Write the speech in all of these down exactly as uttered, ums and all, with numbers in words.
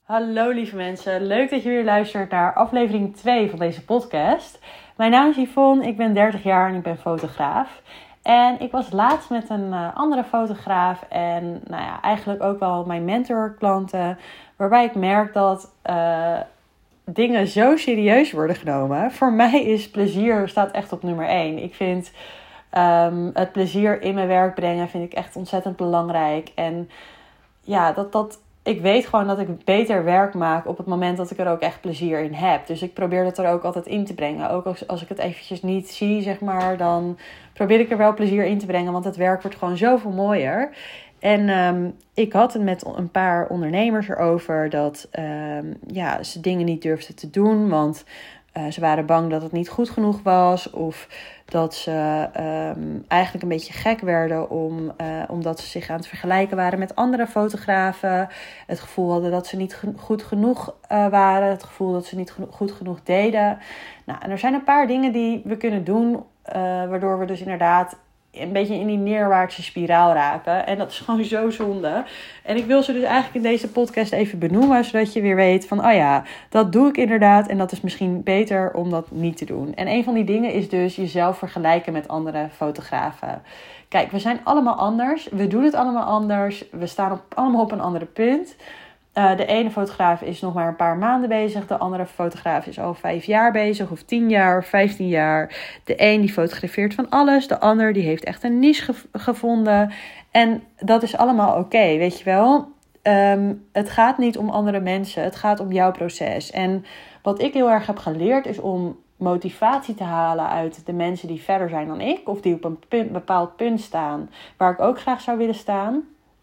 Hallo lieve mensen, leuk dat je weer luistert naar aflevering twee van deze podcast. Mijn naam is Yvonne, ik ben dertig jaar en ik ben fotograaf. En ik was laatst met een uh, andere fotograaf en nou ja, eigenlijk ook wel mijn mentorklanten, waarbij ik merk dat uh, dingen zo serieus worden genomen. Voor mij is plezier staat echt op nummer één. Ik vind um, het plezier in mijn werk brengen vind ik echt ontzettend belangrijk. En ja, dat dat... Ik weet gewoon dat ik beter werk maak op het moment dat ik er ook echt plezier in heb. Dus ik probeer dat er ook altijd in te brengen. Ook als, als ik het eventjes niet zie, zeg maar, dan probeer ik er wel plezier in te brengen. Want het werk wordt gewoon zoveel mooier. En um, ik had het met een paar ondernemers erover dat um, ja, ze dingen niet durfden te doen. Want uh, ze waren bang dat het niet goed genoeg was. Of dat ze um, eigenlijk een beetje gek werden om, uh, omdat ze zich aan het vergelijken waren met andere fotografen. Het gevoel hadden dat ze niet ge- goed genoeg uh, waren. Het gevoel dat ze niet geno- goed genoeg deden. Nou, en er zijn een paar dingen die we kunnen doen, uh, waardoor we dus inderdaad een beetje in die neerwaartse spiraal raken. En dat is gewoon zo zonde. En ik wil ze dus eigenlijk in deze podcast even benoemen, zodat je weer weet van, oh ja, dat doe ik inderdaad. En dat is misschien beter om dat niet te doen. En een van die dingen is dus jezelf vergelijken met andere fotografen. Kijk, we zijn allemaal anders. We doen het allemaal anders. We staan op, allemaal op een andere punt. Uh, de ene fotograaf is nog maar een paar maanden bezig. De andere fotograaf is al vijf jaar bezig. Of tien jaar, of vijftien jaar. De een die fotografeert van alles. De ander die heeft echt een niche gev- gevonden. En dat is allemaal oké, okay, weet je wel. Um, het gaat niet om andere mensen. Het gaat om jouw proces. En wat ik heel erg heb geleerd is om motivatie te halen uit de mensen die verder zijn dan ik. Of die op een punt, bepaald punt staan waar ik ook graag zou willen staan.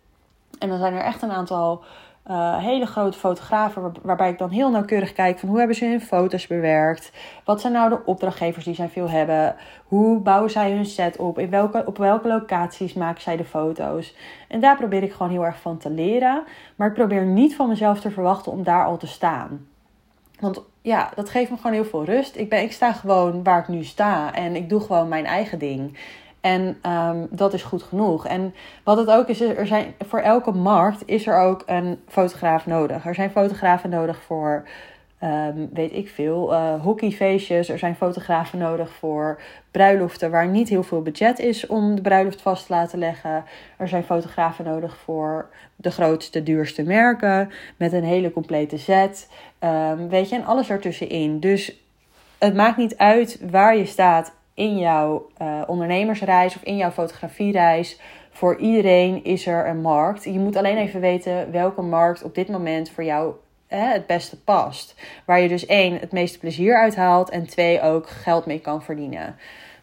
En dan zijn er echt een aantal Uh, hele grote fotografen waar, waarbij ik dan heel nauwkeurig kijk van hoe hebben ze hun foto's bewerkt. Wat zijn nou de opdrachtgevers die zij veel hebben? Hoe bouwen zij hun set op? In welke, op welke locaties maken zij de foto's? En daar probeer ik gewoon heel erg van te leren. Maar ik probeer niet van mezelf te verwachten om daar al te staan. Want ja, dat geeft me gewoon heel veel rust. Ik, ben, ik sta gewoon waar ik nu sta en ik doe gewoon mijn eigen ding. En um, dat is goed genoeg. En wat het ook is, er zijn, voor elke markt is er ook een fotograaf nodig. Er zijn fotografen nodig voor, um, weet ik veel, uh, hockeyfeestjes. Er zijn fotografen nodig voor bruiloften waar niet heel veel budget is om de bruiloft vast te laten leggen. Er zijn fotografen nodig voor de grootste, duurste merken met een hele complete set. Um, weet je, en alles ertussenin. Dus het maakt niet uit waar je staat in jouw uh, ondernemersreis of in jouw fotografiereis. Voor iedereen is er een markt. Je moet alleen even weten welke markt op dit moment voor jou hè, het beste past. Waar je dus één, het meeste plezier uithaalt en twee, ook geld mee kan verdienen.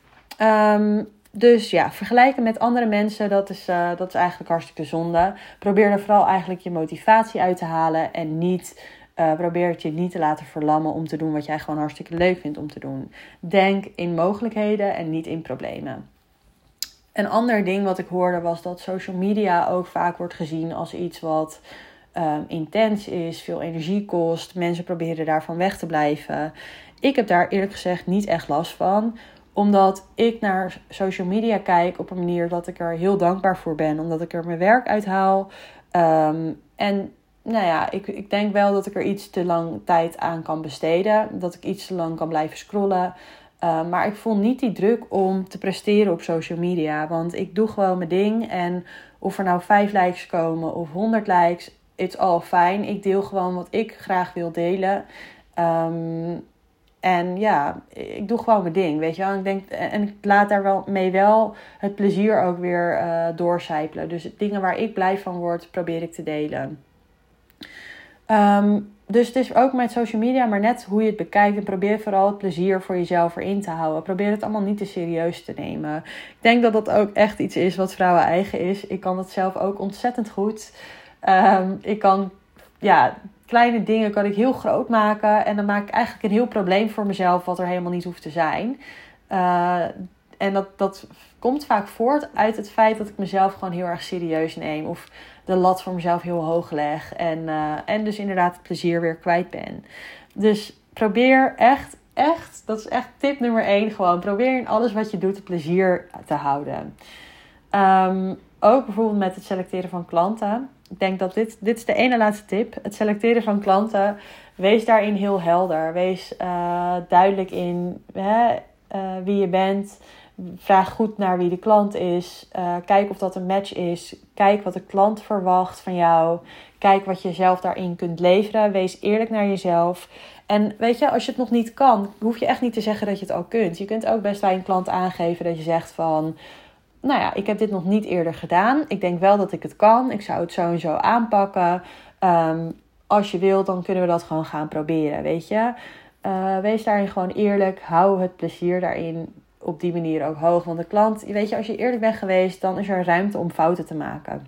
Um, dus ja, vergelijken met andere mensen, dat is, uh, dat is eigenlijk hartstikke zonde. Probeer er vooral eigenlijk je motivatie uit te halen en niet... Uh, probeer het je niet te laten verlammen om te doen wat jij gewoon hartstikke leuk vindt om te doen. Denk in mogelijkheden en niet in problemen. Een ander ding wat ik hoorde was dat social media ook vaak wordt gezien als iets wat um, intens is, veel energie kost. Mensen proberen daarvan weg te blijven. Ik heb daar eerlijk gezegd niet echt last van. Omdat ik naar social media kijk op een manier dat ik er heel dankbaar voor ben. Omdat ik er mijn werk uit haal. Um, en... Nou ja, ik, ik denk wel dat ik er iets te lang tijd aan kan besteden. Dat ik iets te lang kan blijven scrollen. Uh, maar ik voel niet die druk om te presteren op social media. Want ik doe gewoon mijn ding. En of er nou vijf likes komen of honderd likes, it's all fine. Ik deel gewoon wat ik graag wil delen. Um, en ja, ik doe gewoon mijn ding, weet je wel. En ik, denk, en ik laat daar wel mee wel het plezier ook weer uh, doorcijpelen. Dus dingen waar ik blij van word, probeer ik te delen. Um, dus het is ook met social media, maar net hoe je het bekijkt. En probeer vooral het plezier voor jezelf erin te houden. Probeer het allemaal niet te serieus te nemen. Ik denk dat dat ook echt iets is wat vrouwen eigen is. Ik kan dat zelf ook ontzettend goed. Um, ik kan, ja, kleine dingen kan ik heel groot maken. En dan maak ik eigenlijk een heel probleem voor mezelf wat er helemaal niet hoeft te zijn. Uh, en dat, dat komt vaak voort uit het feit dat ik mezelf gewoon heel erg serieus neem. Of de lat voor mezelf heel hoog leg. En, uh, en dus inderdaad het plezier weer kwijt ben. Dus probeer echt, echt, dat is echt tip nummer één. Gewoon probeer in alles wat je doet het plezier te houden. Um, ook bijvoorbeeld met het selecteren van klanten. ik denk dat dit, dit is de ene laatste tip. Het selecteren van klanten. Wees daarin heel helder. Wees uh, duidelijk in hè, uh, wie je bent. Vraag goed naar wie de klant is. Uh, kijk of dat een match is. Kijk wat de klant verwacht van jou. Kijk wat je zelf daarin kunt leveren. Wees eerlijk naar jezelf. En weet je, als je het nog niet kan, hoef je echt niet te zeggen dat je het al kunt. Je kunt ook best bij een klant aangeven dat je zegt van, nou ja, ik heb dit nog niet eerder gedaan. Ik denk wel dat ik het kan. Ik zou het zo en zo aanpakken. Um, als je wilt, dan kunnen we dat gewoon gaan proberen, weet je. Uh, wees daarin gewoon eerlijk. Hou het plezier daarin op die manier ook hoog. Want de klant, weet je, als je eerlijk bent geweest, dan is er ruimte om fouten te maken.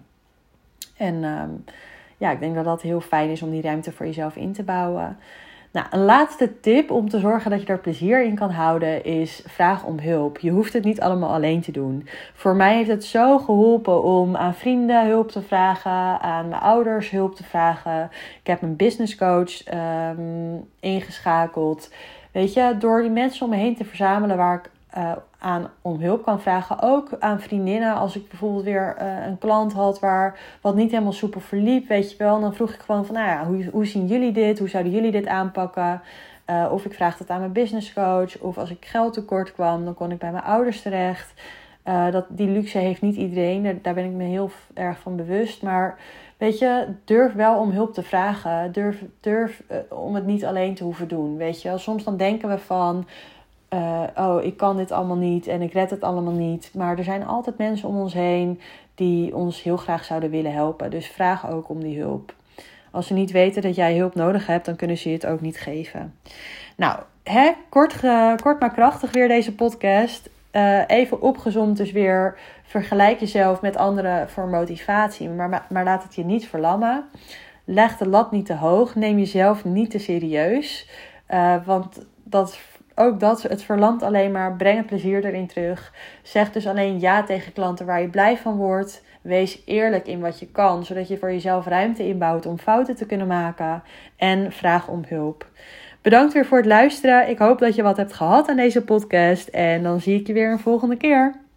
En um, ja, ik denk dat dat heel fijn is om die ruimte voor jezelf in te bouwen. Nou, een laatste tip om te zorgen dat je er plezier in kan houden is vraag om hulp. Je hoeft het niet allemaal alleen te doen. Voor mij heeft het zo geholpen om aan vrienden hulp te vragen, aan mijn ouders hulp te vragen. Ik heb een business coach um, ingeschakeld. Weet je, door die mensen om me heen te verzamelen waar ik uh, aan om hulp kan vragen. Ook aan vriendinnen. Als ik bijvoorbeeld weer uh, een klant had waar wat niet helemaal soepel verliep, weet je wel. Dan vroeg ik gewoon van, nou ja, hoe, hoe zien jullie dit? Hoe zouden jullie dit aanpakken? Uh, of ik vraag het aan mijn business coach. Of als ik geld tekort kwam, dan kon ik bij mijn ouders terecht. Uh, dat, die luxe heeft niet iedereen. Daar, daar ben ik me heel erg van bewust. Maar weet je, durf wel om hulp te vragen. Durf, durf uh, om het niet alleen te hoeven doen. Weet je, soms dan denken we van, Uh, oh, ik kan dit allemaal niet en ik red het allemaal niet. Maar er zijn altijd mensen om ons heen die ons heel graag zouden willen helpen. Dus vraag ook om die hulp. Als ze niet weten dat jij hulp nodig hebt, dan kunnen ze je het ook niet geven. Nou, hè, kort, ge, kort maar krachtig weer deze podcast. Uh, even opgezomd dus weer. Vergelijk jezelf met anderen voor motivatie. Maar, maar laat het je niet verlammen. Leg de lat niet te hoog. Neem jezelf niet te serieus. Uh, want dat Ook dat, het verlamt alleen maar. Breng het plezier erin terug. Zeg dus alleen ja tegen klanten waar je blij van wordt. Wees eerlijk in wat je kan, zodat je voor jezelf ruimte inbouwt om fouten te kunnen maken. En vraag om hulp. Bedankt weer voor het luisteren. Ik hoop dat je wat hebt gehad aan deze podcast. En dan zie ik je weer een volgende keer.